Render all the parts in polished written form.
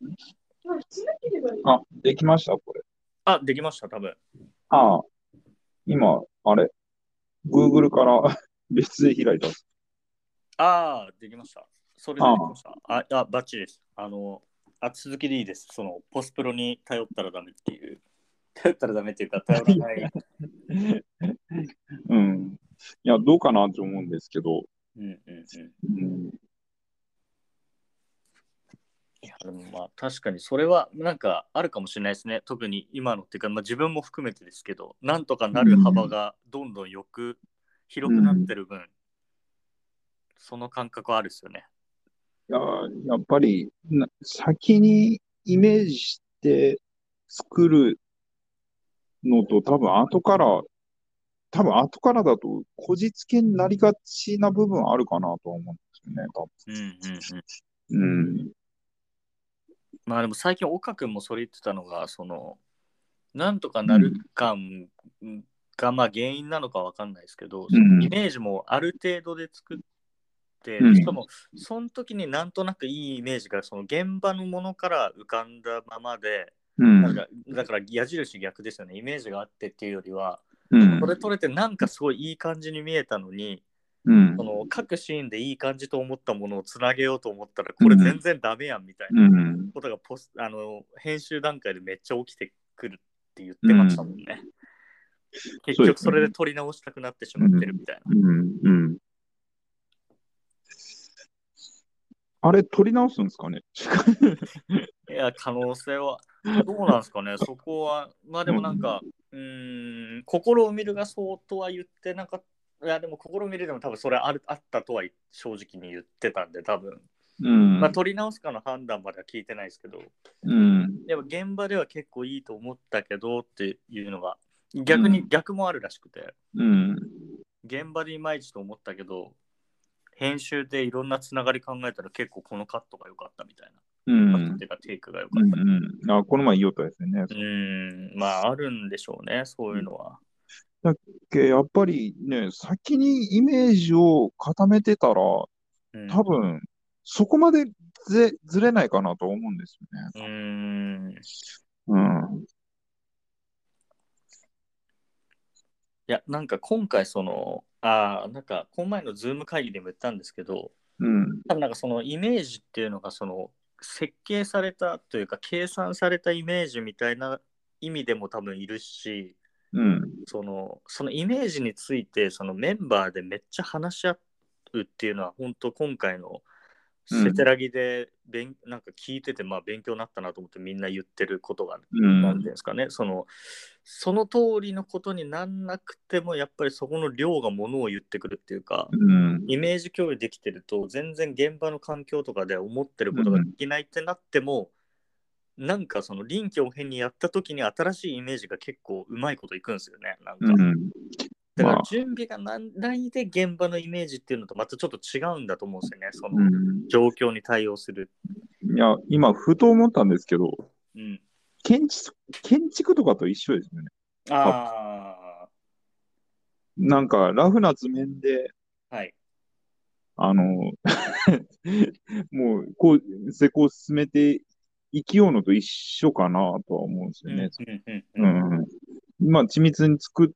あ、できました、これ。 あ、できました、多分。 ああ、今、あれ、Google から別で開いた。 ああ、できました。それでああ、 できました。バッチリです。続きでいいです。ポスプロに頼ったらダメっていう。頼ったらダメっていうか、頼らない。 うん。いや、どうかなと思うんですけど、 うんうんうん。 うん、 いや、でもまあ、確かにそれはなんかあるかもしれないですね。特に今のっていうか、まあ、自分も含めてですけど、なんとかうなる幅ん、 がどんどん広くなっうん。 てる分、その感覚はあるですよね。 いや、やっぱり先にイメージして作るのと多分後からだとこじつけになりがちな部分あるかなと思うんですよね、多うんうんうん。 分。うん。 まあでも最近岡君もそれ言ってたのが、なんとかなるうん。 感がまあ原因なのかわかんないですけど、そのイうん。 メージもある程度で作って、 うん。 でしかもその時になんとなくいいイメージがその現場のものから浮かんだままで、 うん。 なんかだから矢印逆ですよね。イメージがあってっていうよりは、 うん。 それ取れてなんかすごいいい感じに見えたのに、 うん。 その各シーンでいい感じと思ったものをつなげようと思ったらこれうん。 全然ダメやんみたいなうん。 ことが編集段階でめっちゃ起きてくるって言っうてましたもんん。 ね。結局それでそうですよね。 撮り直したくなってしまってるうん。 みたいな。 うん。うん。あれ、取り直すんですかね。 いや、可能性はどうなんですかね。そこは、まあでうん。 もなんか、心を見るがそうとは言ってなかった。いや、でも心を見るでも多分それあったとは正直に言ってたんで、多分。 うん。 まあ撮り直すかの判断までは聞いてないですけど、 うん。 でも現場では結構いいと思ったけどっていうのが、 うん。 逆もあるらしくて、 うん。 現場でいまいちと思ったけど、編集でいろんなつながり考えたら結構このカットが良かったみたいな。 うん。 カットっていうかテイクが良うかった。 ん。あ、この前言おうとですよね。 まああるんでしょうね、そううん。 いうのは。 だっけ、やっぱりね、先にイメージを固めてたら、 うん。 多分、そこまでずれないかなと思うんですよね。 うーん。 うん。 いや、なんか今回なんかこの前のズーム会議でも言ったんですけど、 うん。 多分なんかそのイメージっていうのが設計されたというか計算されたイメージみたいな意味でも多分いるし、 うん。 そのイメージについてそのメンバーでめっちゃ話し合うっていうのは本当今回のうん。 せせらぎでなんか聞いててまあ勉強になったなと思ってみんな言ってることがうなんていうんでん。 すかね、その通りのことになんなくてもやっぱりそこの量がものを言ってくるっていうか、 うん。 イメージ共有できてると全然現場の環境とかで思ってることがでうん。 きないってなっても、なんかその臨機応変にやった時に新しいイメージが結構うまいこといくんですよね、なんか。 うん。 だからまあ、 準備がないで現場のイメージっていうのとまたちょっと違うんだと思うんですよね。そうのん。 状況に対応する。 いや、今、ふと思ったんですけど、 うん。 建築とかと一緒ですよね。多分。 あなんか、ラフな図面で、 あ、はい。 あの、もう、こう、施工を進めていきようのと一緒かなとは思うんですよね。 うんうんうんうん。 うん。まあ、緻密に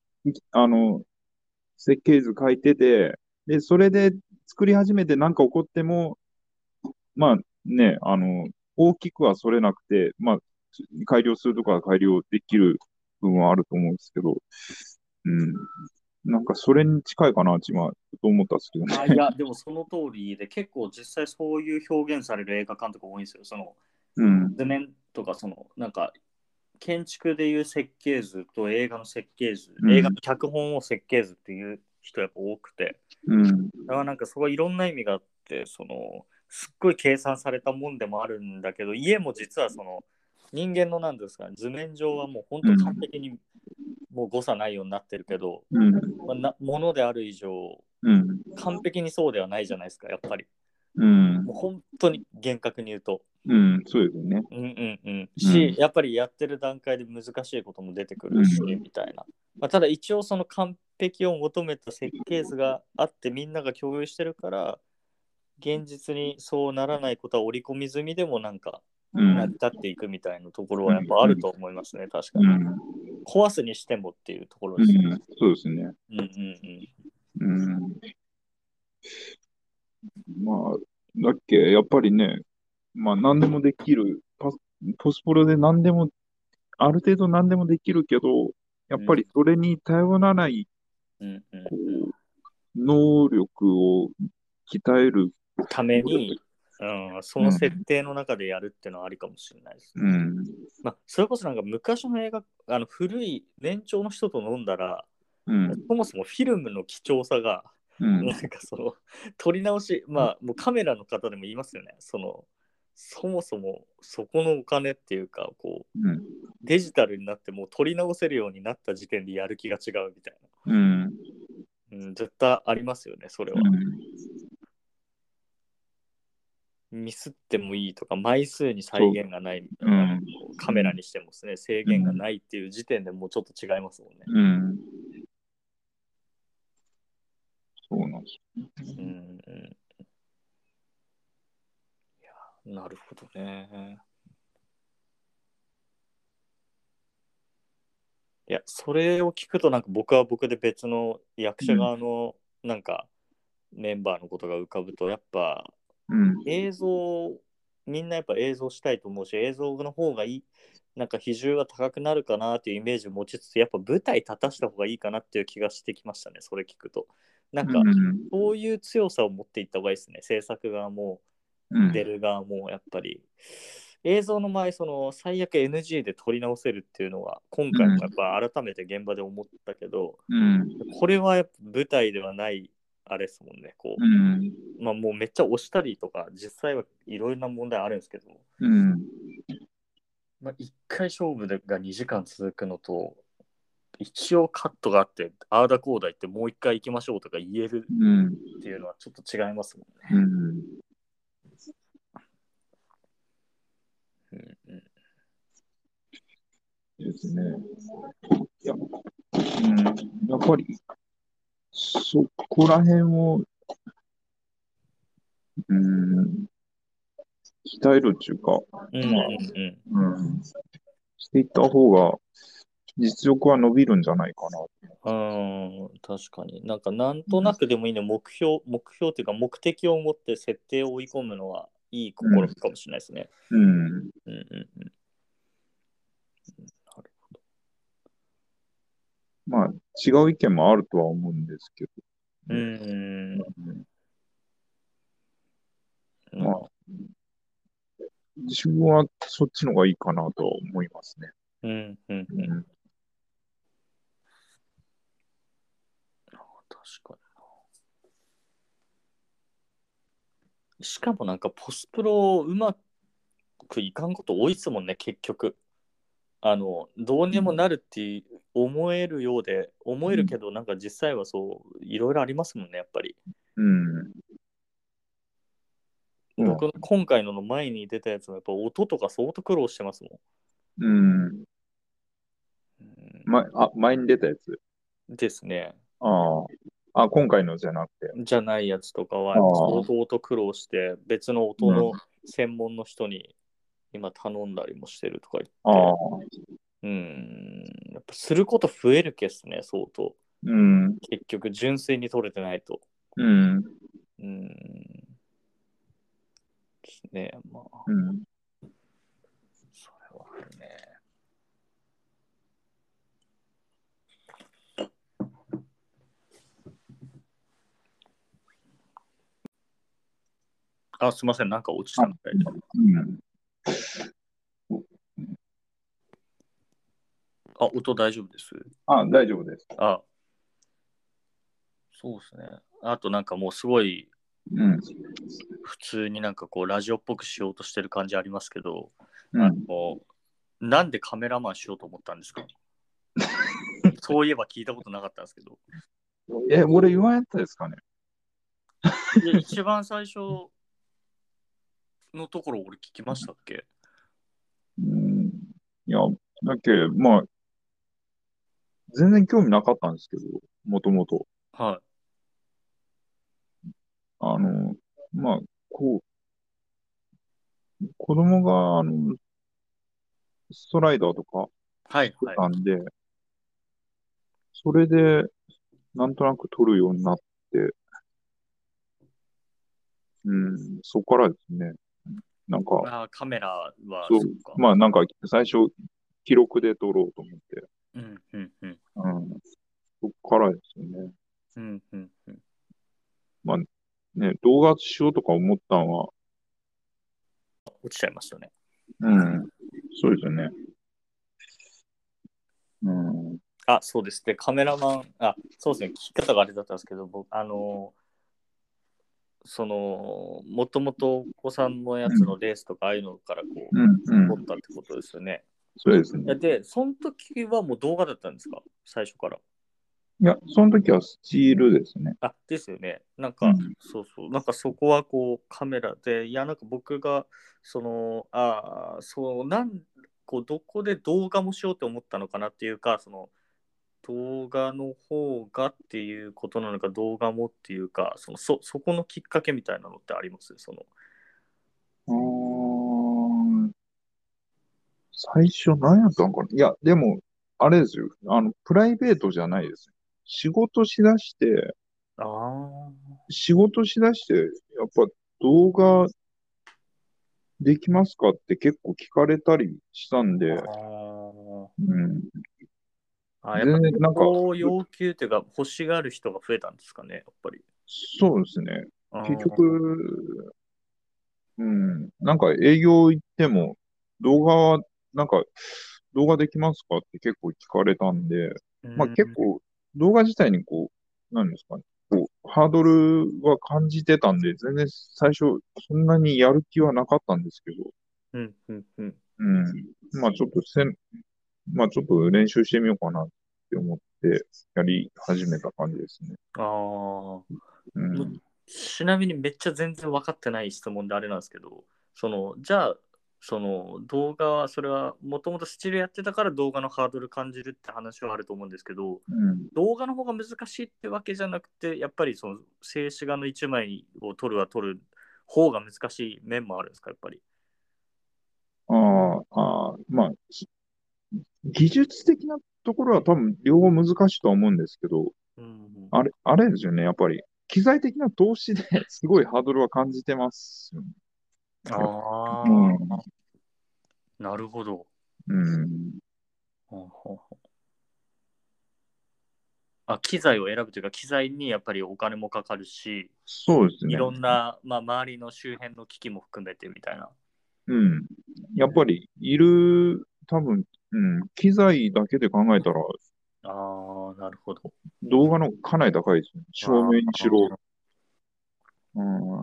設計図書いてて、で、それで作り始めて何か起こっても、まあね、大きくはそれなくて、まあ、改良するとかは改良できる部分はあると思うんですけど、うん。なんかそれに近いかなって今、ふと思ったんですけどいね。 や、でもその通りで、結構実際そういう表現される映画監督多いんですよ。 うん。 図面とか、なんか、建築でいう設計図と映画の設計図、映画のうん。 脚本を設計図っていう人やっぱ多くて、 うん。 だからなんかそこいろんな意味があって、すっごい計算されたもんでもあるんだけど、家も実は人間のなんですかね、図面上はもう本当完うん。 璧にもう誤差ないようになってるけど、 うん。 まあ、ものである以上、 うん。 完璧にそうではないじゃないですか、やっぱり。 うん。 もう本当に厳格に言うと。 うん。そうですよね。 うんうんうん。 うん。 やっぱりやってる段階で難しいことも出てくるし、 うん。 みたいな。まあ、ただ一応その完璧を求めた設計図があってみんなが共有してるから、現実にそうならないことは織り込み済みでもなんか成り立っていくみたいなところはやっぱあると思いますね、確かに。 うん。 壊すにしてもっていうところうん。 ですよ。 そうですね。 うんうんうん。まあ、だっけ、やっぱりね、まあ、何でもできる。ポスプロで何でも、ある程度何でもできるけど、やっうん。 ぱりそれに頼らない、 うんうんこうん。 う、能力を鍛えるため能力。 に、その設うん。 定の中でやるっていうのはありかもしれないですね。 うん。 まあ、それこそなんか昔の映画、古い年長の人と飲んだら、 うん。 そもそもフィルムの貴重さが、 うん。 なんか撮り直し、まあ、もうカメラの方でも言いますよね。そもそもそこのお金っていうか、 うん。 デジタルになってもう撮り直せるようになった時点でやる気が違うみたいうん。 な。うん、絶対ありますよね、それは。 うん。 ミスってもいいとか、枚数にそう。 再現がないみたいな、 うん。 カメラにしてもですね、制うん。 限がないっていう時点でもうちょっと違いますもんね。 うん。そうなんですうん、うん。なるほどね。いや、それを聞くと、なんか僕は僕で別の役者よ。 側のなんかメンバーのことが浮かぶと、やっぱうん。 映像、みんなやっぱ映像したいと思うし、映像の方がいい、なんか比重が高くなるかなっていうイメージを持ちつつ、やっぱ舞台立たした方がいいかなっていう気がしてきましたね、それ聞くと。なんうか、 ん。 そういう強さを持っていった方がいいですね、制作側も、 うん。 出る側も、やっぱり。映像の場合、最悪 NG で撮り直せるっていうのは、今回もやっぱ改めて現場で思ったけど、 うん。 これはやっぱ舞台ではない、あれですもんね、 うん。 まあもうめっちゃ押したりとか、実際はいろいろな問題あるんですけど、 うん。 まあ、1回勝負が2時間続くのと、一応カットがあって、ああだこうだ言ってもう1回行きましょうとか言えるうん。 っていうのはちょっと違いますもんね。 うん。 うんうん、 ですね。いや、うん。やっぱり、そこら辺を、うん、鍛えるっていうか、 うんまあ、 うんうん。 うん、していった方が、実力は伸びるんじゃないかな。 確かに。なんか、なんとなくでもいいね、目標っていうか、目的を持って設定を追い込むのはいい試うん。 みかもしれないですね。 うん。 うんうんうん。なるまあ、違う意見もあるとは思うんですけどうね。 ん。 まあ、 まあ、 自分はそっちの方がいいかなとは思いますね。 うんうんうん。 うん。 確かに。しかもなんか、ポスプロうまくいかんこと多いですもんね、結局。どうにもなるって思えるようで、思えるけど、なんか実際はそう、いろいろありますもんね、やっぱり。 うん。そうなん僕の今回の前に出たやつもやっぱ音とか相当苦労してますもうん。前に出たやつ。 ん。ですね。 ああ。あ、今回のじゃなくて。 じゃないやつとかはあやっぱ相あ。 当音苦労して別の音のうん。 専門の人に今頼んだりもしてるとか言っあて、 あ。 やっぱすること増えるけっすね、相当。 うん。 結局純粋に取れてないと。 うん。 ですね。まあ、 うん。 それはあるね。あ、すいません、なんか落ちあ、 たみたいで。 うん。 あ、音大丈夫です。 あ、大丈夫です。 あ、そうですね。あとなんかもうすごいうん。 普通になんかラジオっぽくしようとしてる感じありますけど、あうん。 の、なんでカメラマンしようと思ったんですか？そういえば聞いたことなかったんですけど。 俺言わんやったですかね。 いや、一番最初のところ俺聞きましたっけ？ うん。いや、だっけ、まあ、全然興味なかったんですけど、もともと。 はあの、まあ、こう、 子供が、ストライダーとかしてはいはい。 たんで、それで、なんとなく撮るようになって、うん、そこからですね。なんか、 あー、カメラは、 そう、 そっか。 まあなんか、最初、記録で撮ろうと思って、 うんうんうん。 うん、そこからですよね。 うんうんうん。 まあね、動画しようとか思ったのは、 落ちちゃいましたね。 うん、そうですよね。うん、 あ、そうです。で、カメラマン、あ、そうですね。聞き方があれだったんですけど、僕、もともとお子さんのやうん、 つのレースとか、ああいうのからこうん、うう、撮ん。 ったってことですよね。 そうですね。 で、その時はもう動画だったんですか？最初から。 いや、その時はスチールですね。 あ、ですよね。なんか、 うん。 そうそう。なんかそこはこう、カメラで、いや、なんか僕が、こう、どこで動画もしようと思ったのかなっていうか、動画の方がっていうことなのか、動画もっていうか、そこのきっかけみたいなのってあります？ あー最初何やったんかな。いや、でも、あれですよ。プライベートじゃないです。仕事しだして、 ああ、 仕事しだして、やっぱ動画できますかって結構聞かれたりしたんで、 あうん。 あ、やっぱ全然、なんか、 こう要求っていうか、欲しがる人が増えたんですかね、やっぱり。 そうですね。 あ結ー局、うん。なんか営業行っても、動画は、なんか、動画できますかって結構聞かれたんで、まあうん、 結構、動画自体にこう、なんですかね、こう、ハードルは感じてたんで、全然最初、そんなにやる気はなかったんですけど、 うん、うん、うん。 うん。まあちょっとまあちょっと練習してみようかなって思って、やり始めた感じですね。 ああ、むうん。 ちなみにめっちゃ全然分かってない質問であれなんですけど、じゃあ、動画は、それはもともとスチールやってたから動画のハードル感じるって話はあると思うんですけど、 うん。 動画の方が難しいってわけじゃなくて、やっぱり静止画の一枚を撮るは撮る方が難しい面もあるんですか、やっぱり。 まあ、技術的なところは多分両方難しいとは思うんですけど、 うん、 あれですよね、やっぱり。機材的な投資ですごいハードルは感じてますよね。やっぱうああ、 ん。 なるほど。 うん。 ほうほうほう。機材を選ぶというか、機材にやっぱりお金もかかるし、いそうですね。 ろんな、周りの周辺の機器も含めてみたいな。 うん。やっうん、 ぱり、多分、うん、機材だけで考えたら、 ああ、なるほど。 動画のかなり高いですね。照あ明にしろ。 あ、 うん。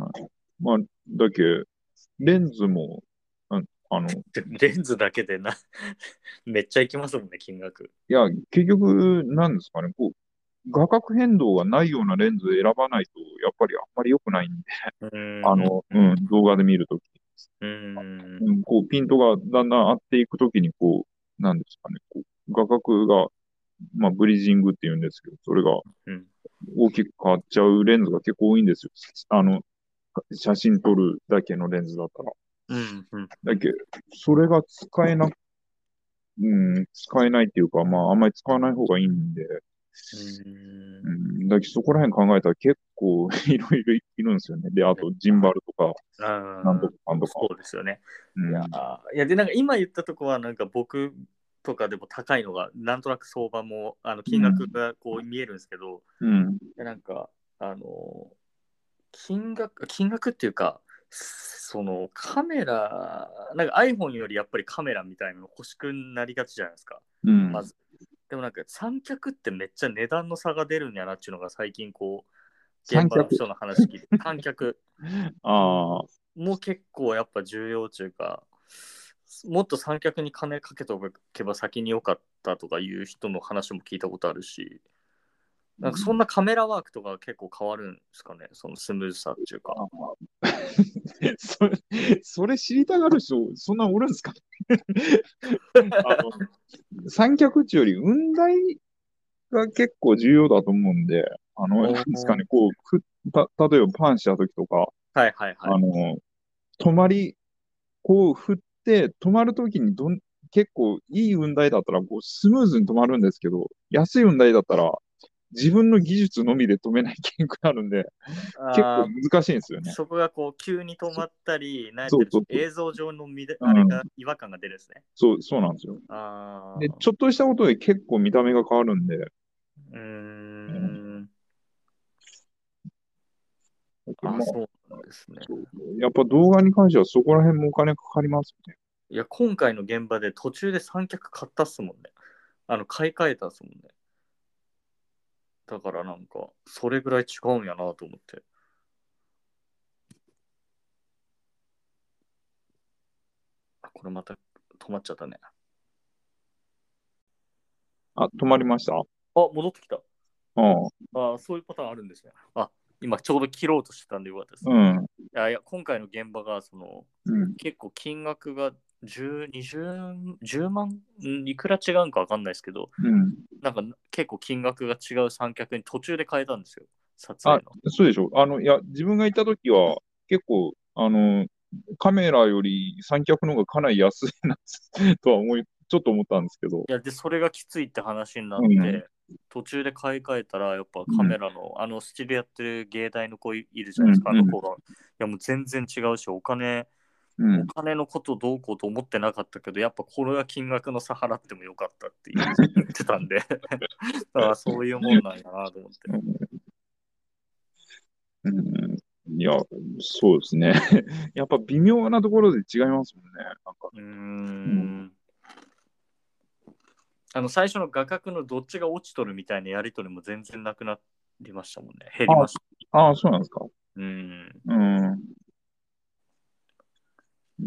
まあ、だけ、レンズも、ああの、 レンズだけでめっちゃいきますもんね、金額。 いや、結局、なんですかね、こう、画角変動がないようなレンズ選ばないと、やっぱりあんまり良くないんで、 うーん、 動画で見るとき。 うーん、 うん、こう、ピントがだんだん合っていくときに、こう、なんですかね、こう、画角が、まあ、ブリージングって言うんですけど、それがうん、 大きく変わっちゃうレンズが結構多いんですよ。写真撮るだけのレンズだったら。 うん、うん、うん。 だけど、それが使えないっていうか、まあ、あんまり使わない方がいいんで、 うーん、 うん、だけどそこら辺考えたら結構いろいろいるんですよね。で、あと、ジンバルとか、なんとああ、 か、なんとか。 そうですよね。いやうん。 で、なんか今言ったとこは、なんか僕とかでも高いのが、なんとなく相場も、金額うん。 がこう見えるんですけど、 うん。 なんか、金額っていうか、カメラ、なんか iPhone よりやっぱりカメラみたいなの欲しくなりがちじゃないですか、 うん。 まず。でもなんか三脚ってめっちゃ値段の差が出るんやなっていうのが最近こう、現三脚。 場の人の話聞いて、三脚ああ、 も結構やっぱ重要というか、もっと三脚に金かけておけば先に良かったとかいう人の話も聞いたことあるし、なんかそんなカメラワークとか結構変わるんですかね、そのスムーズさっていうか。 それ、それ知りたがる人、そんなおるんですか？あ三脚っていうより、雲台が結構重要だと思うんで、なんおー、 ですかね、こう、例えばパンした時とか、 はいはいはい。 あの、止まり、 こう振って止まるときに結構いい雲台だったらこうスムーズに止まるんですけど、安い雲台だったら自分の技術のみで止めないといけなくなるんで、結構ああ、 難しいんですよね。 そこがこう急に止まったり、なんやったらそうそうそう。 映像上のあれうん。 が違和感が出るんですね。 そうなんですよ。で、 ああ、 ちょっとしたことで結構見た目が変わるんで、 うーうん、 ん。あ、 まあ、 そうなんですね。 そう。やっぱ動画に関してはそこら辺もお金かかりますね。 いや、今回の現場で途中で三脚買ったっすもんね。買い替えたっすもんね。だからなんか、それぐらい違うんやなと思って。これまた止まっちゃったね。 あ、止まりました。 戻ってきた。 うん。 そういうパターンあるんですね。今ちょうど切ろうとしてたんでよかったです。 うん。 いや、今回の現場が、 うん。 結構金額が10、20、10万いくら違うんかわかんないですけど、 うん。 なんか結構金額が違う三脚に途中で変えたんですよ。撮あ、 影の。 そうでしょ。いや、自分が行った時は、結構、カメラより三脚の方がかなり安いなとはちょっと思ったんですけど。 で、それがきついって話になうん。 って、途中で買い替えたら、やっぱうん。 カメラの、スチールやってる芸大の子いるじゃうん。 ないですか、あうん。 の子が。いや、もう全然違うし、おうん。 金のことどうこうと思ってなかったけど、やっぱこれは金額の差払ってもよかったって言ってたんで、そういうもんなんやなと思って。 うん。いや、そうですね。やっぱ微妙なところで違いますもんね。なんか。 うーうん。 ん。最初の画角のどっちが落ちとるみたいなやりとりも全然なくなりましたもんね。減りました。 そうなんですか。 うーん。 うん。うん。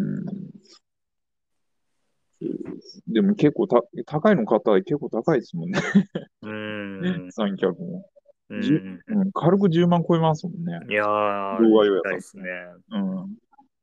でも結構高いの買ったら結構高いですもんね。 うーん。 三脚も。 うーん。 軽く10万超えますもんね。 いやー、 動画用やったら。 みたいですね。 うん。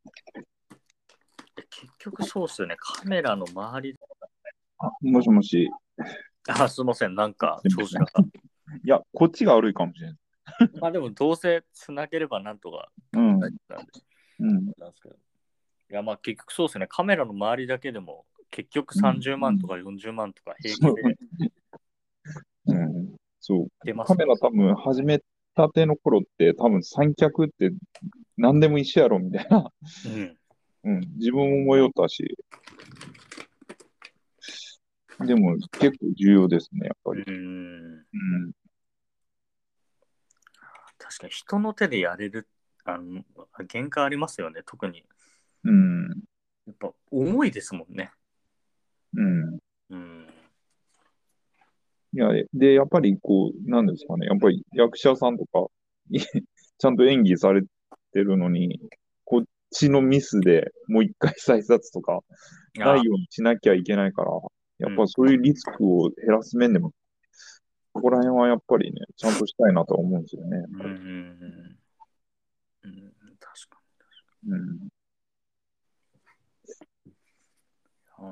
結局そうっすよね。カメラの周り。 もしもし。 すいません。なんかすいません。 調子が。 いや、こっちが悪いかもしれない。 でもどうせつなげればなんとかうん。 大丈夫なんで。 うん。 なんですけど。いや、結局そうですね。カメラの周りだけでも結局うん。 30万とか40万とか平気そう。 でうん。そう。 出ますもん。 カメラ多分始めたての頃って多分三脚って何でも一緒やろみたいな。 うん。 うん。自分も思いよったし。でも結構重要ですね、やっぱうり。 ん。 うん。 確かに人の手でやれる、限界ありますよね。特に。 うん。 やっぱ重いですもんね。 うん。 うん。 いや、で、やっぱりこう、なんですかね。やっぱり役者さんとか、ちゃんと演技されてるのに、こっちのミスでもう一回再撮とか、ないあ、 ようにしなきゃいけないから、やうん。 っぱそういうリスクを減らす面でも、ここら辺はやっぱりね、ちゃんとしたいなとは思うんですよね。やっうん。 ぱり。 うん。確かうん。 に。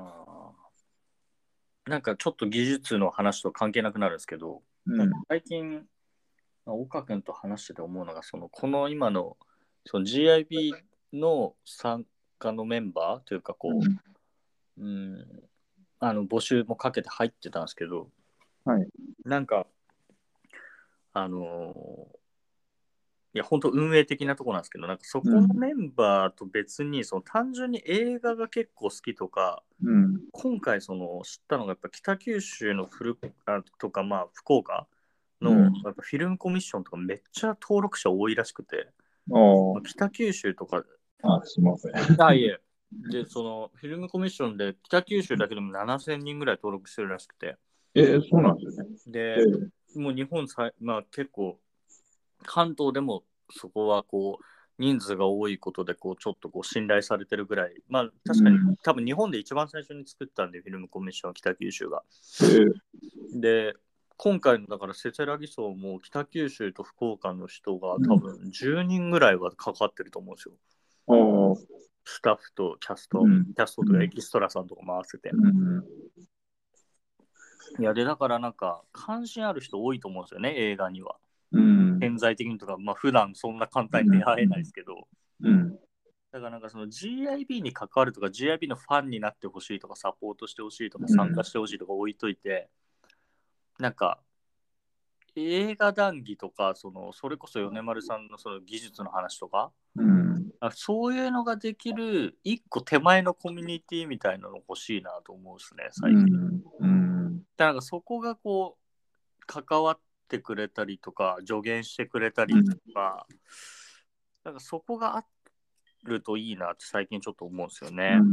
なんかちょっと技術の話と関係なくなるんですけど、 うん。 なんか最近、岡君と話してて思うのが、この今の、GIB の参加のメンバーというか、うん、募集もかけて入ってたんですけど、 はい。 なんか、あのいや、本当運営的なところなんですけど、なんかそこのうん。 メンバーと別に、単純に映画が結構好きとか、 うん。 今回知ったのが、やっぱ北九州のとか、福岡のうん。 やっぱフィルムコミッションとかめっちゃ登録者多いらしくて、 あ北九州とか、 すいません。 いえ。で、フィルムコミッションで北九州だけでも7000人ぐらい登録してるらしくて、 そうなんですよね。 で、もう日本結構、関東でもそこは人数が多いことでちょっと信頼されてるぐらい、確かにうん。 多分日本で一番最初に作ったんで、フィルムコミッションは北九州が。 えで、今回のだからせせらぎ荘も北九州と福岡の人がうん。 多分10人ぐらいはかかってると思うんですよ。 ああ。 スタッフとうん。 キャストとかエうん。 キストラさんとかも合わせて。 うん。 いや、で、だからなんか関心ある人多いと思うんですよね、映画には。 うん。 潜在的にとか、普段そんな簡単に出会えないですけど、 うん。 だからなんかその GIB に関わるとか GIB のファンになってほしいとかサポートしてほしいとかうん参加してほしいとか置いといて、なんか映画談義とかそれこそ米丸さんのその技術の話とか、 うんそういうのができる一個手前のコミュニティみたいなの欲しいなと思うですねう最近。 んうんだからそこがこう関わってくれたりとか助言してくれたりとか、なんかそこがあるといいなって最近ちょっと思うんですよね。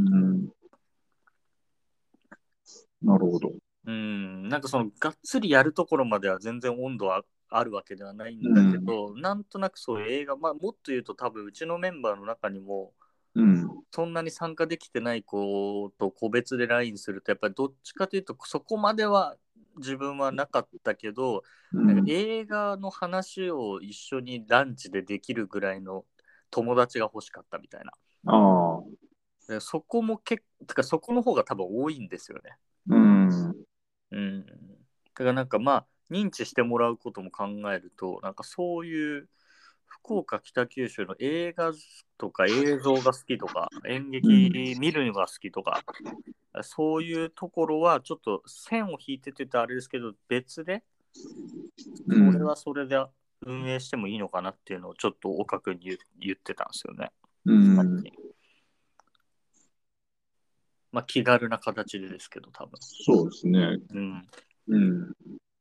なるほど。 なんかそのがっつりやるところまでは全然温度はあるわけではないんだけど、なんとなくそういう映画、まあもっと言うと多分うちのメンバーの中にもそんなに参加できてない子と個別で LINE するとやっぱりどっちかというとそこまでは自分はなかったけど、なんか映画の話を一緒にランチでできるぐらいの友達が欲しかったみたいな。 ああ、 でそこもてかそこの方が多分多いんですよね。 うん。 うん。だからなんかまあ認知してもらうことも考えると、なんかそういう福岡北九州の映画とか映像が好きとか演劇見るのが好きとか、そういうところはちょっと線を引いててあれですけど別でそれはそれで運営してもいいのかなっていうのをちょっと岡君に言ってたんですよね。まあ気軽な形でですけど多分。 そうですね。 うん。 うん。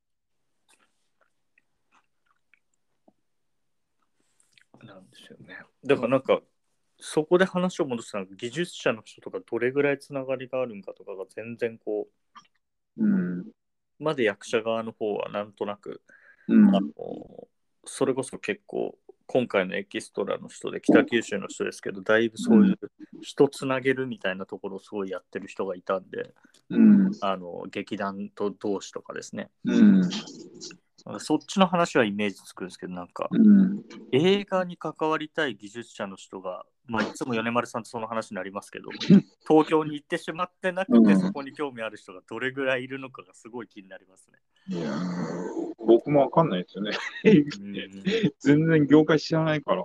なんですよね。だからなんかそこで話を戻したら技術者の人とかどれぐらいつながりがあるんかとかが全然こうまで役者側の方はなんとなく、それこそ結構今回のエキストラの人で北九州の人ですけどだいぶそういう人つなげるみたいなところをすごいやってる人がいたんで、劇団と同士とかですね、そっちの話はイメージつくんですけどなんか、映画に関わりたい技術者の人が、まあ、いつも米丸さんとその話になりますけど東京に行ってしまってなくて、そこに興味ある人がどれぐらいいるのかがすごい気になりますね。 いや、僕もわかんないですよね。全然業界知らないから。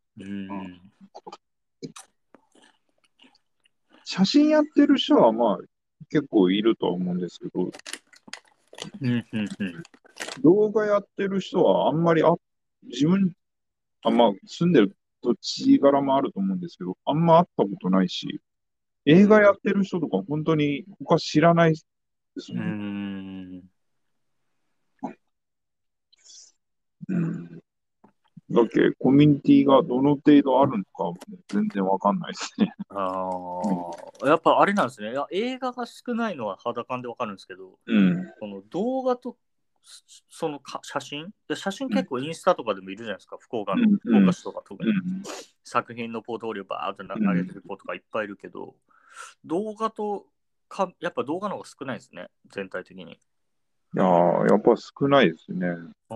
写真やってる人はまあ結構いるとは思うんですけど、動画やってる人はあんまり自分、まあ住んでる土地柄もあると思うんですけど、あんま会ったことないし、映画やってる人とか本当に他知らないですもんね。だっけ、コミュニティがどの程度あるのか全然わかんないですね。 やっぱあれなんですね。いや映画が少ないのは肌感でわかるんですけど、この動画とその写真結構インスタとかでもいるじゃないですか、福岡市とか特に、作品のポートフォリオバーって上げてる子とかいっぱいいるけど、動画とやっぱ動画の方が少ないですね、全体的に。 いやー、やっぱ少ないですね。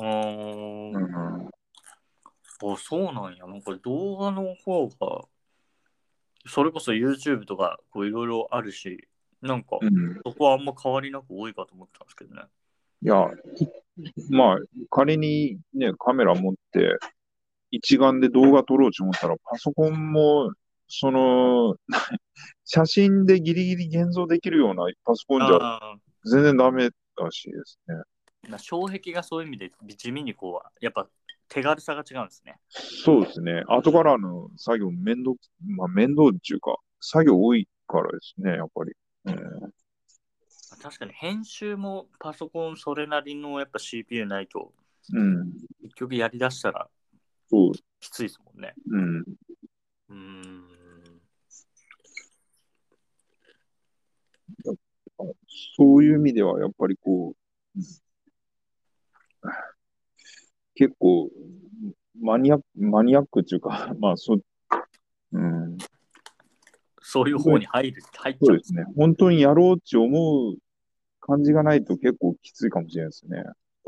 そうなんや。なんか動画の方が、それこそ YouTube とかいろいろあるし、なんかそこはあんま変わりなく多いかと思ってたんですけどね。 いや、まあ、仮にね、カメラ持って一眼で動画撮ろうと思ったら、パソコンも、写真でギリギリ現像できるようなパソコンじゃ全然ダメらしいですね。 障壁がそういう意味で地味にやっぱ手軽さが違うんですね。 そうですね。後からの作業面倒っていうか、作業多いからですね、やっぱり。 確かに編集もパソコンそれなりのやっぱ CPU ないと、結局やりだしたらきついですもんね。 そういう意味ではやっぱり結構マニアックっていうか、まあそういう方に入っちゃう。 そうですね。本当にやろうって思う感じがないと結構きついかもしれないですね。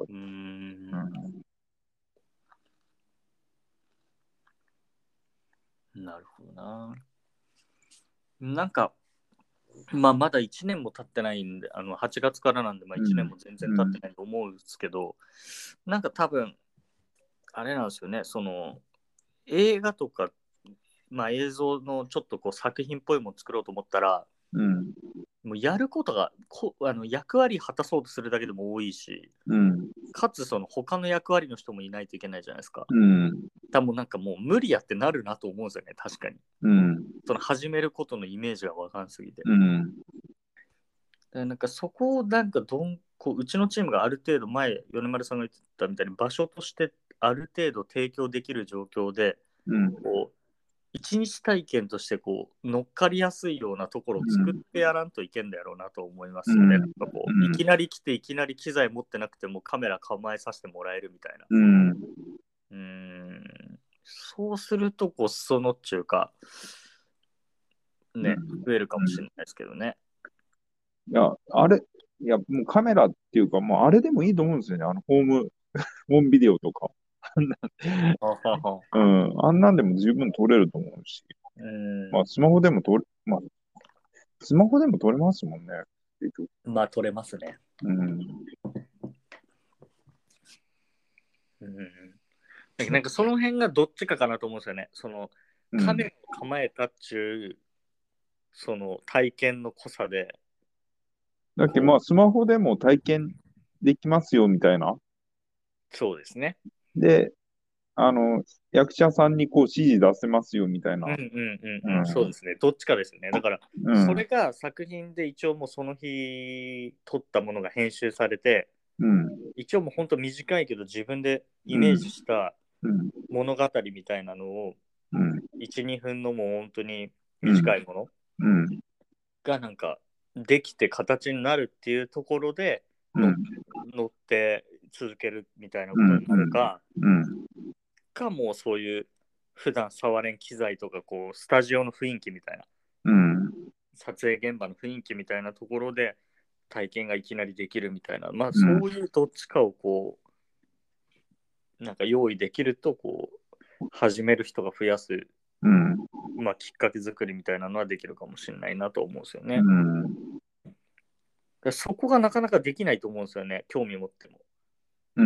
なるほどな。なんか、まだ1年も経ってないんで、8月からなんで、1年も全然経ってないと思うんですけど、なんか多分、あれなんですよね、映画とかまあ、映像のちょっとこう作品っぽいもの作ろうと思ったら、 うん。 もうやることが役割果たそうとするだけでも多いし、 うん。 かつその他の役割の人もいないといけないじゃないですか。 うん。 多分なんかもう無理やってなるなと思うんですよね、確かに。 うん。 その始めることのイメージがわかんすぎて。 うん。 でなんかそこをなんかこううちのチームがある程度前、米丸さんが言ってたみたいに場所としてある程度提供できる状況で、 うん。 こう一日体験としてこう乗っかりやすいようなところを作ってやらんといけんだろうなと思いますよね。 うん。 なんかこういきなり来ていきなり機材持ってなくてもカメラ構えさせてもらえるみたいな。 うん。 そうするとこうそのっちゅうかね、増えるかもしれないですけどね。 いや、あれ、いや、もうカメラっていうか、もうあれでもいいと思うんですよね。ホームビデオとか。あんなうん、あんなんでも十分撮れると思うし。まあ、スマホでも撮れますもんね。結局。 まあ取れますね。 うん。 なんかその辺がどっちかかなと思うんですよね。そのうん。 カメラを構えたっちゅうその体験の濃さで、 だけど、まあ、スマホでも体験できますよ、みたいな。 そうですね。 で、あの、役者さんにこう指示出せますよ、みたいな。 そうですね。どっちかですね。だから、 うん。 それが作品で一応もうその日撮ったものが編集されて、 うん。 一応もう本当短いけど自分でイメーうん。 ジしたうん。 物語みたいなのをうん。 1、2分のもう本当にうん。 短いものうん。 がなんかできて形になるっていうところでのうん。 乗って続けるみたいなうん。 ことになるか、 うん。 もうそういう普段触れん機材とかこうスタジオの雰囲気みたいなうん。 撮影現場の雰囲気みたいなところで体験がいきなりできるみたいな、まあうん。 そういうどっちかをこうなんか用意できるとこう始める人が増やす、 うん。 まあ、きっかけ作りみたいなのはできるかもしれないなと思うんですよね。 うん。 そこがなかなかできないと思うんですよね、興味持っても。 うん。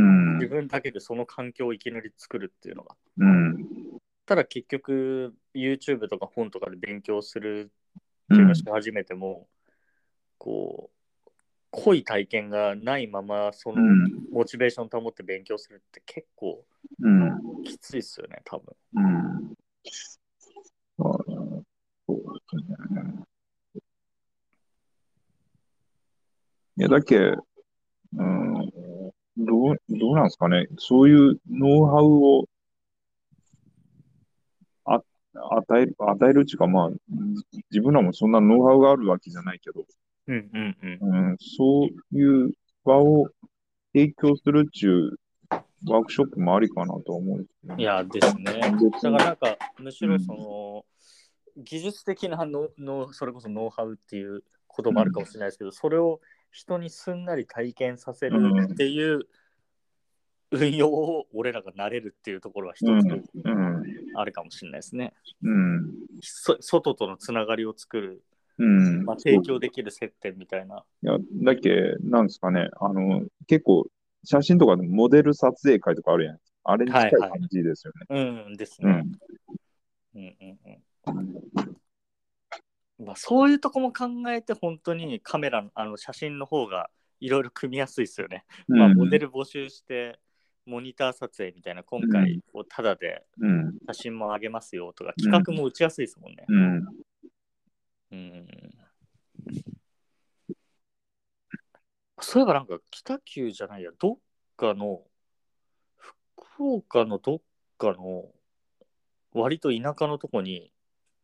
自分だけでその環境をいきなり作るっていうのが。 うん。 ただ結局 YouTube とか本とかで勉強するっうん。 ていうのをし始めても、こう濃い体験がないままそのうん。 モチベーション保って勉強するって結構うん。 きついっすよね、多分。 うん。そうですね。いや、うん、どうなんですかね。そういうノウハウをあ、与えるっていうか、まあ、自分らもそんなノウハウがあるわけじゃないけど、 うんうんうん。 うん、そういう場を提供するっていうワークショップもありかなと思うんですよね。 いやですね。 別に、 だからなんかむしろそうん、 の技術的なそれこそノウハウっていうことうん、 もあるかもしれないですけど、それを人にすんなり体験させうるっん、 ていう運用を俺らがなれるっていうところは一つうん、うん、 あるかもしれないですね。 うん、 外とのつながりを作る、 うん、 まあ、 そう。 提供できる接点みたいな。 いや、なんですかね。結構、写真とかでもモデル撮影会とかあるやん。あれにはいはい。 近い感じですよね。 うんですね。 うん。 うんうんうん。まあ、そういうとこも考えて本当にカメラの写真の方がいろいろ組みやすいですよね。まあモデうん。 ル募集してモニター撮影みたいな今うん。 回をタダでうん。 写真も上げますよとかうん。 企画も打ちやすいですもんね。 うん。 うん。そういえばなんか北九じゃないや、どっかの福岡のどっかの割と田舎のとこに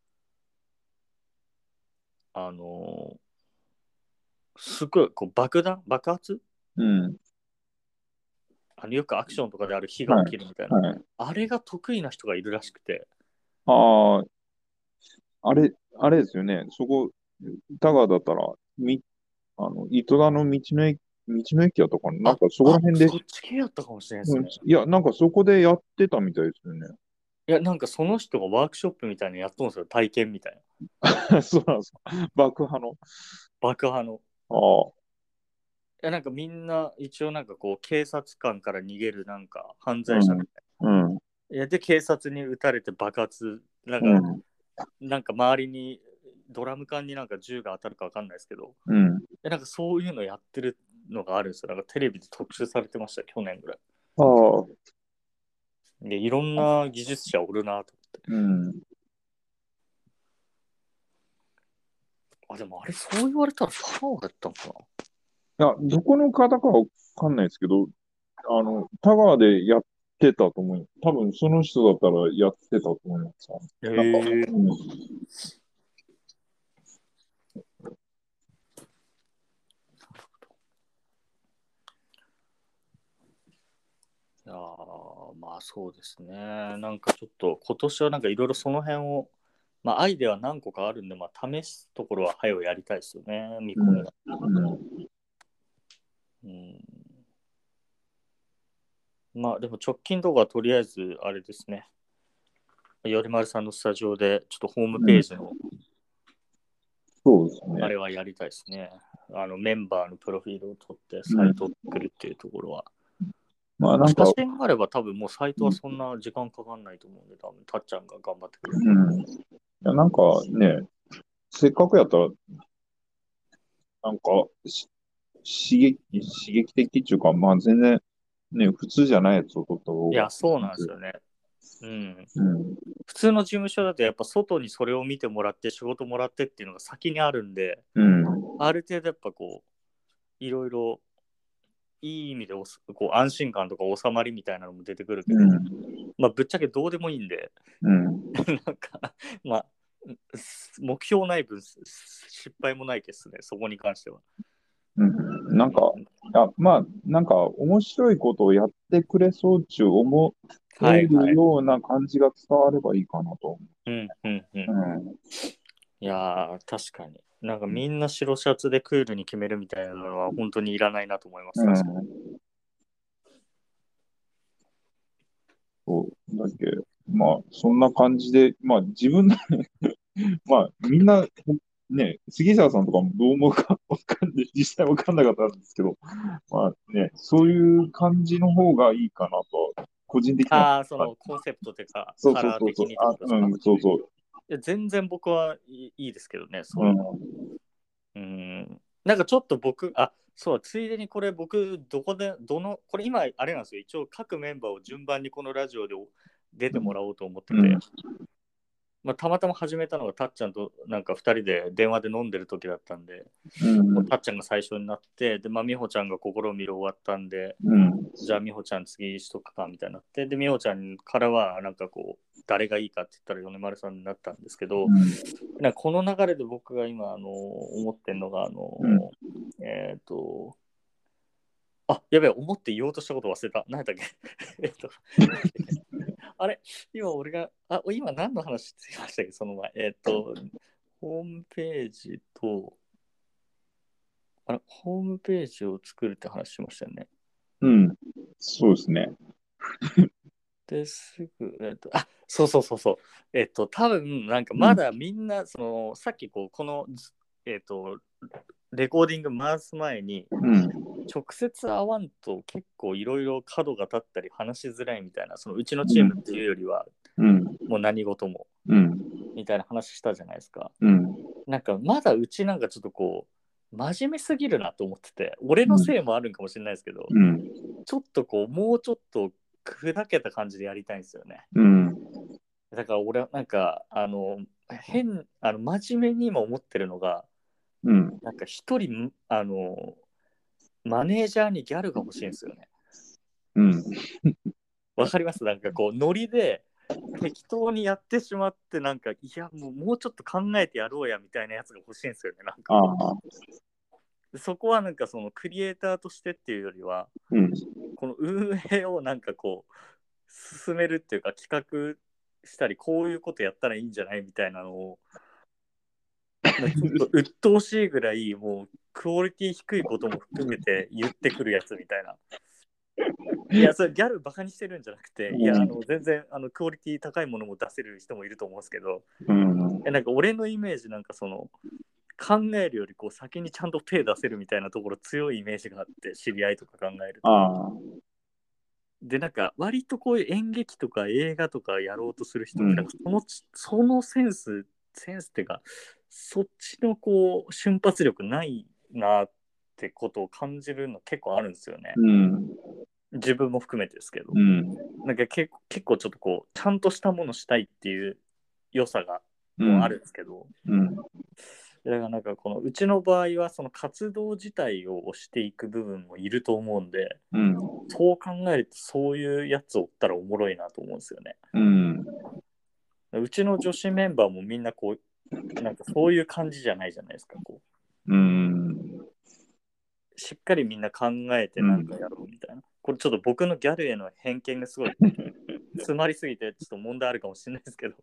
あのすごいこう爆発うん。 よくアクションとかである火がはい。 起きるみたいな。 はい。 あれが得意な人がいるらしくて。 ああれですよね。田川だったら、糸田の道の駅やったかな。なんかそこら辺で、 そっち系やったかもしれないですうん、 ね。 いや、なんかそこでやってたみたいですよね。 いや、なんかその人がワークショップみたいなのやっとんですよ。体験みたいな。 そうなんですか。爆破の。 爆破の。 ああ。 いや、なんかみんな一応なんかこう警察官から逃げるなんか犯うん。 罪者みたいうん。 な。いや、で、警察に撃たれて爆発、なんかうん。 なんか周りにドラム缶になんか銃が当たるか分かんないですけど、 うん。 なんかそういうのやってるのがあるんですよ。なんかテレビで特集されてました、去年ぐらい。 ああ、 で、いろんな技術者おるなとうん。 思って。でもあれ、そう言われたらそうだったのかいや、どこの方かわかんないですけど、タワーでやってたと思う。多分その人だったらやってたと思います。 な。 なんか、うん。 いやまあそうですね。なんかちょっと今年はなんかいろいろその辺を、まあアイデア何個かあるんで、まあ試すところは早くやりたいですよね、見うん。 込みが。うん。まあでも直近とかはとりあえずあれですね。よりまるさんのスタジオでちょっとホームうん。 ページのそうですね。 あれはやりたいですね。メンバーのプロフィールを取ってうん。 サイトを作るっていうところは。まあ、 まあなんか、 写真があれば多分もうサイトはうん。 そんな時間かかんないと思うんで、多分たっちゃんが頑張ってくれる。 うん。いや、なんかね、せっかくやったら、なんか、刺激的っていうか、まあ全然、ね、普通じゃないやつを撮った方がいいや、そういんで。 なんですよね。うん。 うん。 普通の事務所だとやっぱ外にそれを見てもらって仕事もらってっていうのが先にあるんで、 うん。 ある程度やっぱこう、いろいろいい意味でこう安心感とか収まりみたいなのも出てくるけど、 うん。 まあぶっちゃけどうでもいいんで、 うん。 なんか、まあ、目標ない分、失敗もないですね、そこに関しては。 うん。なんか、 うん、 まあ、なんか、面白いことをやってくれそうっちゅう思えるはいはい。 ような感じが伝わればいいかなと。 うんうんうん。 うん。 いやー、確かに。なんかみんな白シャツでクールに決めるみたいなのは本当にいらないなと思います。 う確かん。そうだっけ。まあ、そんな感じで、まあ、自分のまあ、みんな、ね、杉沢さんとかもどう思うかわかんない、実際わかんなかったんですけど、まあね、そういう感じの方がいいかなと、個人的には。 ああ、そのコンセプトというか、 そうカそうそうそう。 ラー的にってことですか。 うん、そうそう。 いや全然僕はいいですけどね、そういうの。 うん、 なんかちょっと僕、そう、ついでにこれ僕、どこで、これ今、あれなんですよ。一応各メンバーを順番にこのラジオで出てもらおうと思ってうん、 て、まあ、たまたま始めたのがたっちゃんとなんか2人で電話で飲んでる時だったんで、 うん、 もうたっちゃんが最初になって、で、まあ、みほちゃんが心を見る終わったんで、 うん、 じゃあみほちゃん次しとくかみたいになって、で、みほちゃんからはなんかこう、誰がいいかって言ったら米丸さんになったんですけど、なんかこの流れで僕が今、思ってんのが、 うん。 えっ、と、やべえ、思って言おうとしたこと忘れた。何だっけあれ今俺が、今何の話してましたっけその前。ホームページと、ホームページを作るって話しましたよね。 うん。そうですね。 ですぐ、そうそうそうそう。多分、なんかうん、 まだみんな、さっきこの、えっと、レコーディング回す前に、 うん、 直接会わんと結構いろいろ角が立ったり話しづらいみたいな、そのうちのチームっていうよりは、 うん、 もう何事も、 うん、 みたいな話したじゃないですか。 うん、 なんかまだうちなんかちょっとこう、真面目すぎるなと思ってて、俺のうん、 せいもあるんかもしれないですけど、 うん、 ちょっとこう、もうちょっと砕けた感じでやりたいんですよね。 うん、 だから俺はなんか、真面目にも思ってるのが、 うん、 なんか一人、マネージャーにギャルが欲しいんですよね。 うん、 わかりますなんかこう、ノリで適当にやってしまって、なんか、いや、もうちょっと考えてやろうやみたいなやつが欲しいんですよね。なんかこああ、 う。そこはなんかそのクリエイターとしてっていうよりは、 うん、 この運営をなんかこう、進めるっていうか企画したり、こういうことやったらいいんじゃないみたいなのを、ちょっと鬱陶しいぐらい、もうクオリティ低いことも含めて言ってくるやつみたいな。いや、それギャルバカにしてるんじゃなくて、いや、全然クオリティ高いものも出せる人もいると思うんですけど、 うん、 なんか俺のイメージなんかその、考えるよりこう先にちゃんと手出せるみたいなところ強いイメージがあって、知り合いとか考えると。 ああ、 で、なんか割とこういう演劇とか映画とかやろうとする人って、なんかそのセンスっていうか、そっちのこう瞬発力ないなってことを感じるの結構あるんですよね。 うん。 自分も含めてですけど。 うん。 なんか結構ちょっとこう、ちゃんとしたものしたいっていう良さがもうあうん。 るんですけど、 うん。 だからなんかこのうちの場合はその活動自体を推していく部分もいると思うんで、 うん。 そう考えるとそういうやつを追ったらおもろいなと思うんですよね。 うん。 うちの女子メンバーもみんなこう、なんかそういう感じじゃないじゃないですか。こうん。 うしっかりみんな考えてなんかやろうみたいな。これちょっと僕のギャルへの偏見がすごい詰まりすぎてちょっと問題あるかもしれないですけど。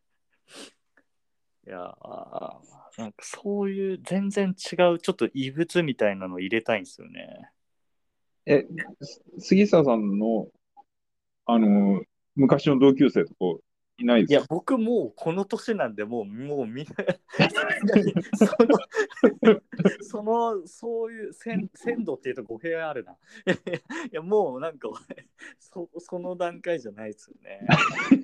いやなんかそういう全然違うちょっと異物みたいなの入れたいんですよね。 え、杉沢さんの、あの、昔の同級生とかいないでいや、 すか？ 僕もうこの年なんで、もうみんな、さすがに、その、そういう鮮度っていうと語弊あるな。いや、もうなんか俺、その段階じゃないですよね。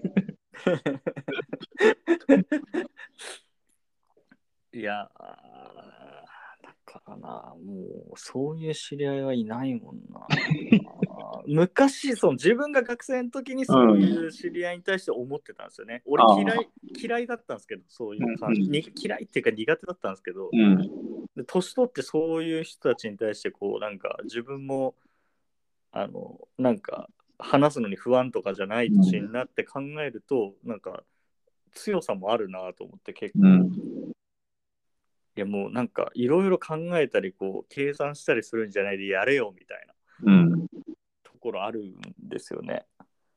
いやだからな、もうそういう知り合いはいないもんな。昔、その自分が学生の時にそういうん。 う知り合いに対して思ってたんですよね。俺ああ。 嫌いだったんですけど、そうういう嫌いっていうか苦手だったんですけど、 ん。うん。 で年取ってそういう人たちに対してこうなんか自分もなんか話すのに不安とかじゃないうん。 年になって考えるとなんか強さもあるなと思って結構、 うん。 いやもうなんかいろいろ考えたりこう計算したりするんじゃないでやれよみたいなうん。 ところあるんですよね。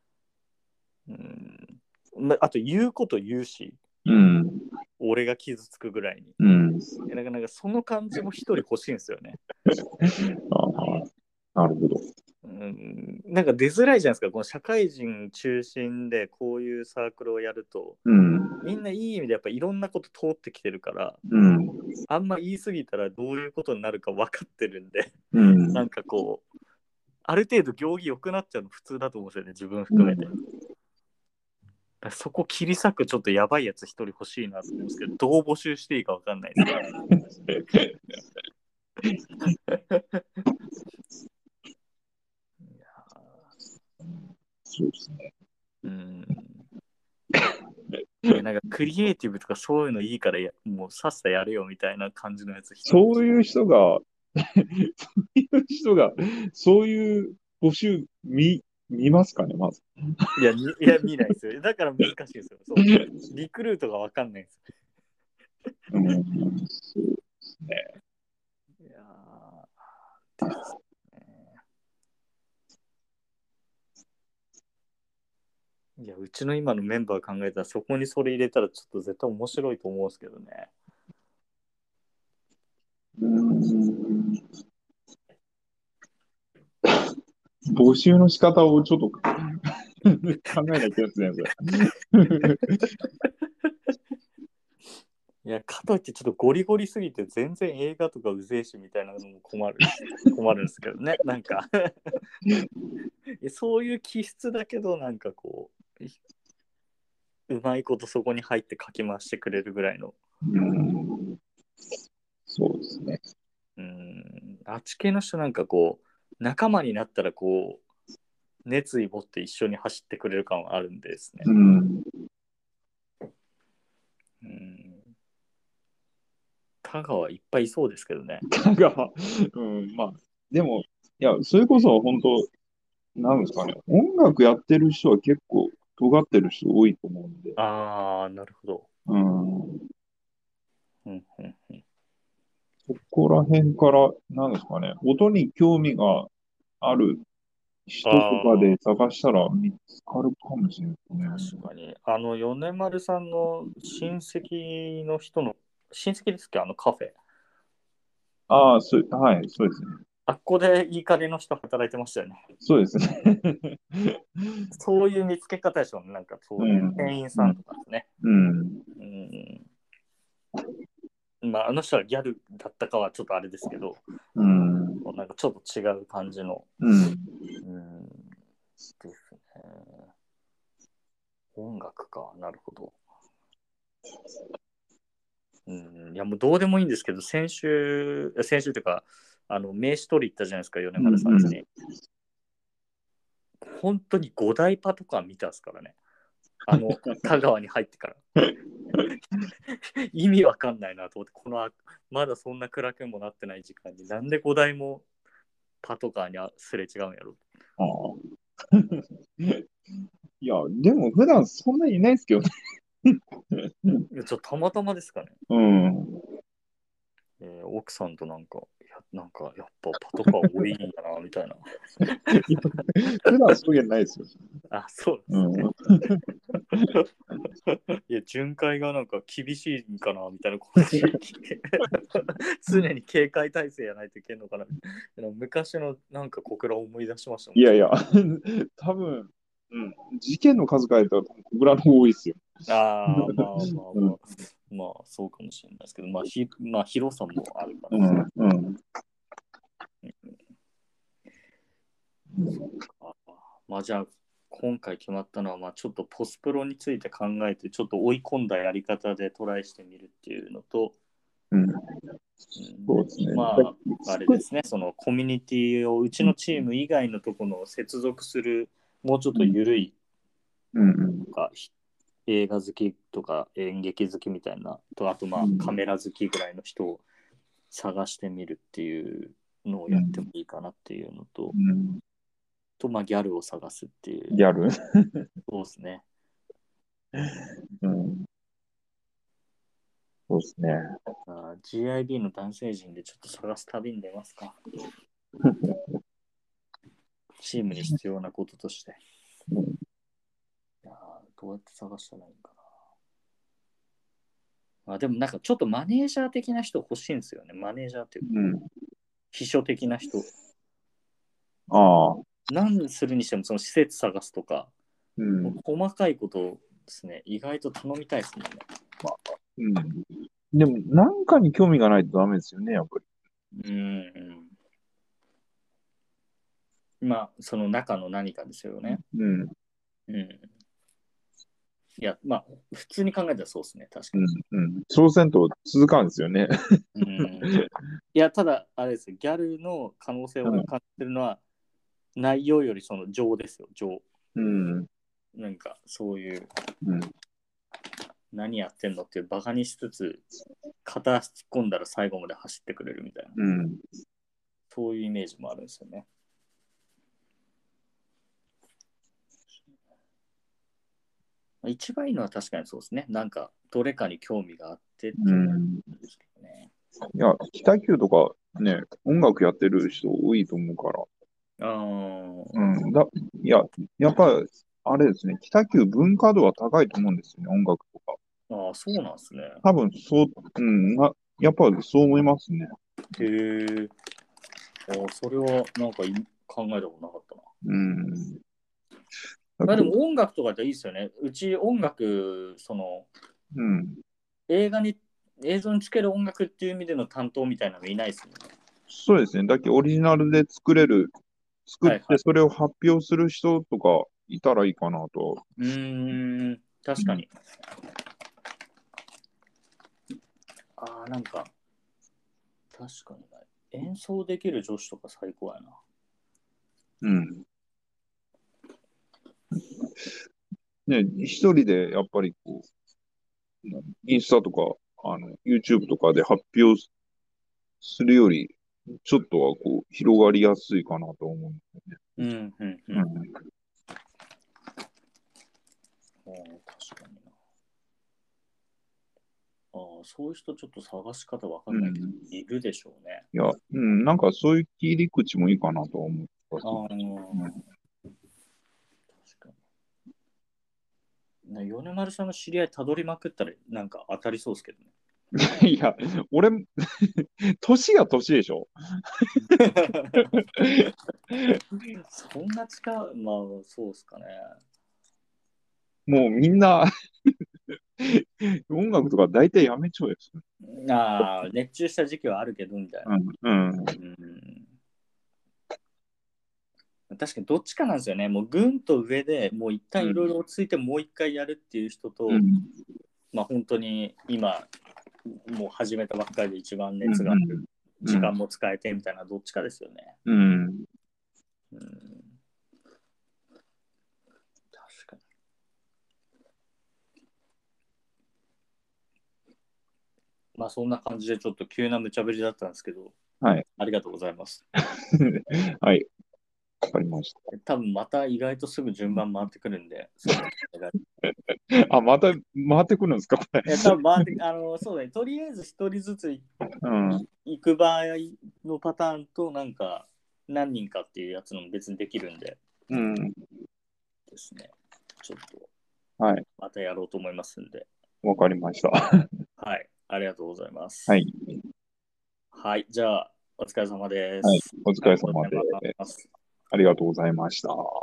あと言うこと言うし、 うん。 俺が傷つくぐらいに。 うん。 なんかその感じも一人欲しいんですよね。 ああ、なるほど。 なんか出づらいじゃないですか、この社会人中心でこういうサークルをやると、 うん。 みんないい意味でやっぱいろんなこと通ってきてるから、 うん。 あんま言い過ぎたらどういうことになるか分かってるんで、 うん。 なんかこう、ある程度行儀良くなっちゃうの普通だと思うんですよね、自分うん。 含めて。そこ切り裂くちょっとやばいやつ一人欲しいなと思うんですけど、どう募集していいか分かんないですね。いやそうですね。 うん。いやなんかクリエイティブとかそういうのいいからもうさっさやるよみたいな感じのやつ一人欲しい。 そういう人が、そういう人が、そういう募集見ますかね、まず。 いや見ないですよ。だから難しいですよ。そう。リクルートがわかんないんですうん、そうですね。 よ。いやですね。いや、うちの今のメンバー考えたらそこにそれ入れたらちょっと絶対面白いと思うんですけどね。 うん、募集の仕方をちょっと考えなきゃですね、それ。 いや、かといってちょっとゴリゴリすぎて全然映画とかうぜえしみたいなのも困るんですけどね。なんかそういう気質だけどなんかこうまいことそこに入ってかき回してくれるぐらいの。 うん、そうですね。 あっち系の人なんかこう仲間になったらこう熱意持って一緒に走ってくれる感はあるんでですね。 うん。 香川いっぱいいそうですけどね。 が、うん、まあ、でも、いや、それこそ本当、なんですかね、音楽やってる人は結構尖ってる人多いと思うんで、 ああ、なるほど。 うん、 うんうんうん。 そこら辺から、なんですかね、音に興味がある人とかああ、 で探したら見つかるかもしれないですね。 確かに。米丸さんの親戚の人の、親戚ですっけカフェ。 ああ、はい、そうですね。 あっこでいい加減の人働いてましたよね。 そうですね。 そういう見つけ方でしょうね。なんかそういううん、 店員さんうん、 とかですね。 うん、 うん。まあ、あの人はギャルだったかはちょっとあれですけど、 うん、 なんかちょっと違う感じの。 うん。 うん。 ですね。音楽か、なるほど。いやもうどうでもいいんですけど、先週というか、名刺取り行ったじゃないですか、米丸さん家に。本当に5大パトカー見たんですからね。香川に入ってから。意味わかんないなと思って、まだそんな暗くもなってない時間に、なんで5台もパトカーにすれ違うんやろ。 ああ。いや、でも普段そんなにいないですけどね。 いやたまたまですかね。 うん。 奥さんとなんかやっぱパトカー多いんやな、みたいな。 普段そういうのないですよ。 あ、そうですね。いや、巡回がなんか厳しいんかなみたいなこと聞いて常に警戒態勢やないといけんのかな。昔のなんか小倉を思い出しましたもん。 いやいや、多分、事件の数変えたら小倉の方が多いですよ。 ああ、まあまあうん、 まあ、そうかもしれないですけど、まあ広さもあるから。 うん、 まあじゃあ、今回決まったのは、まあちょっとポスプロについて考えて、ちょっと追い込んだやり方でトライしてみるっていうのと、 そうですね。 まあ、あれですね、そのコミュニティをうちのチーム以外のところの接続する、もうちょっと緩いとか、映画好きとか演劇好きみたいなと、あとまあカメラ好きぐらいの人を探してみるっていうのをやってもいいかなっていうのと、まあギャルを探すっていう。 ギャルそうですね。 そうですね。 GIB の男性陣でちょっと探す旅に出ますか。チームに必要なこととして。いやどうやって探したらいいかな。でもなんかちょっとマネージャー的な人欲しいんですよね。マネージャーっていうか、秘書的な人。何するにしてもその施設探すとか、細かいことをですね、意外と頼みたいですもんね。 でも、なんかに興味がないとダメですよね、やっぱり。 まあ、その中の何かですよね。いや、まあ、普通に考えたらそうですね、確かに。 そうせんと続かんですよね。 いや、ただ、あれですよ、ギャルの可能性を感じてるのは、内容よりその情ですよ、情。なんか、そういう、何やってんのっていうバカにしつつ、片足突っ込んだら最後まで走ってくれるみたいな。そういうイメージもあるんですよね。一番いいのは確かにそうですね。なんか、どれかに興味があってっていうのですけどね。 いや、北九とかね、音楽やってる人多いと思うから。いや、やっぱ、あれですね、北九文化度は高いと思うんですよね、音楽とか。 ああ、そうなんですね。 多分、そう、やっぱそう思いますね。 へえ。それはなんか考えたことなかったな。まあでも音楽とかっていいですよね。うち音楽、映像につける音楽っていう意味での担当みたいなのいないですもんね。 そうですね。だけオリジナルで作ってそれを発表する人とかいたらいいかなと。 確かに。なんか、確かにな。演奏できる女子とか最高やな。 ね、一人でやっぱりこう、インスタとか、YouTube とかで発表するより、ちょっとはこう、広がりやすいかなと思うんですよね。 確かにな。そういう人ちょっと探し方わかんないけど、いるでしょうね。 いや、なんかそういう切り口もいいかなと思ったし。 確かに。米丸さんの知り合いたどりまくったらなんか当たりそうですけどね。 いや、俺、年が年でしょ。 そんな近い、まあそうっすかね。 もうみんな音楽とか大体やめちゃうやつ。 熱中した時期はあるけどみたいな。 確かにどっちかなんですよね。もうぐんと上でもう一旦いろいろ落ち着いてもう一回やるっていう人と、まあ本当に今もう始めたばっかりで一番熱がある、時間も使えてみたいなどっちかですよね。確かに。まあそんな感じでちょっと急な無茶ぶりだったんですけど、 はい。 ありがとうございます。 はい。わかりまし多分また意外とすぐ順番回ってくるんで、 た。あ、また回ってくるんですか、これ。 多分回って、そうだね、とりあえず一人ずつ行く場合のパターンと、なんか何人かっていうやつのも別にできるんでですね、ちょっとまたやろうと思いますんで。 わかりました。 はい、ありがとうございます。 はい。 はい、じゃあ、お疲れ様ではい。 す。 お疲れ様ありがとうございで。 ます。 ありがとうございました。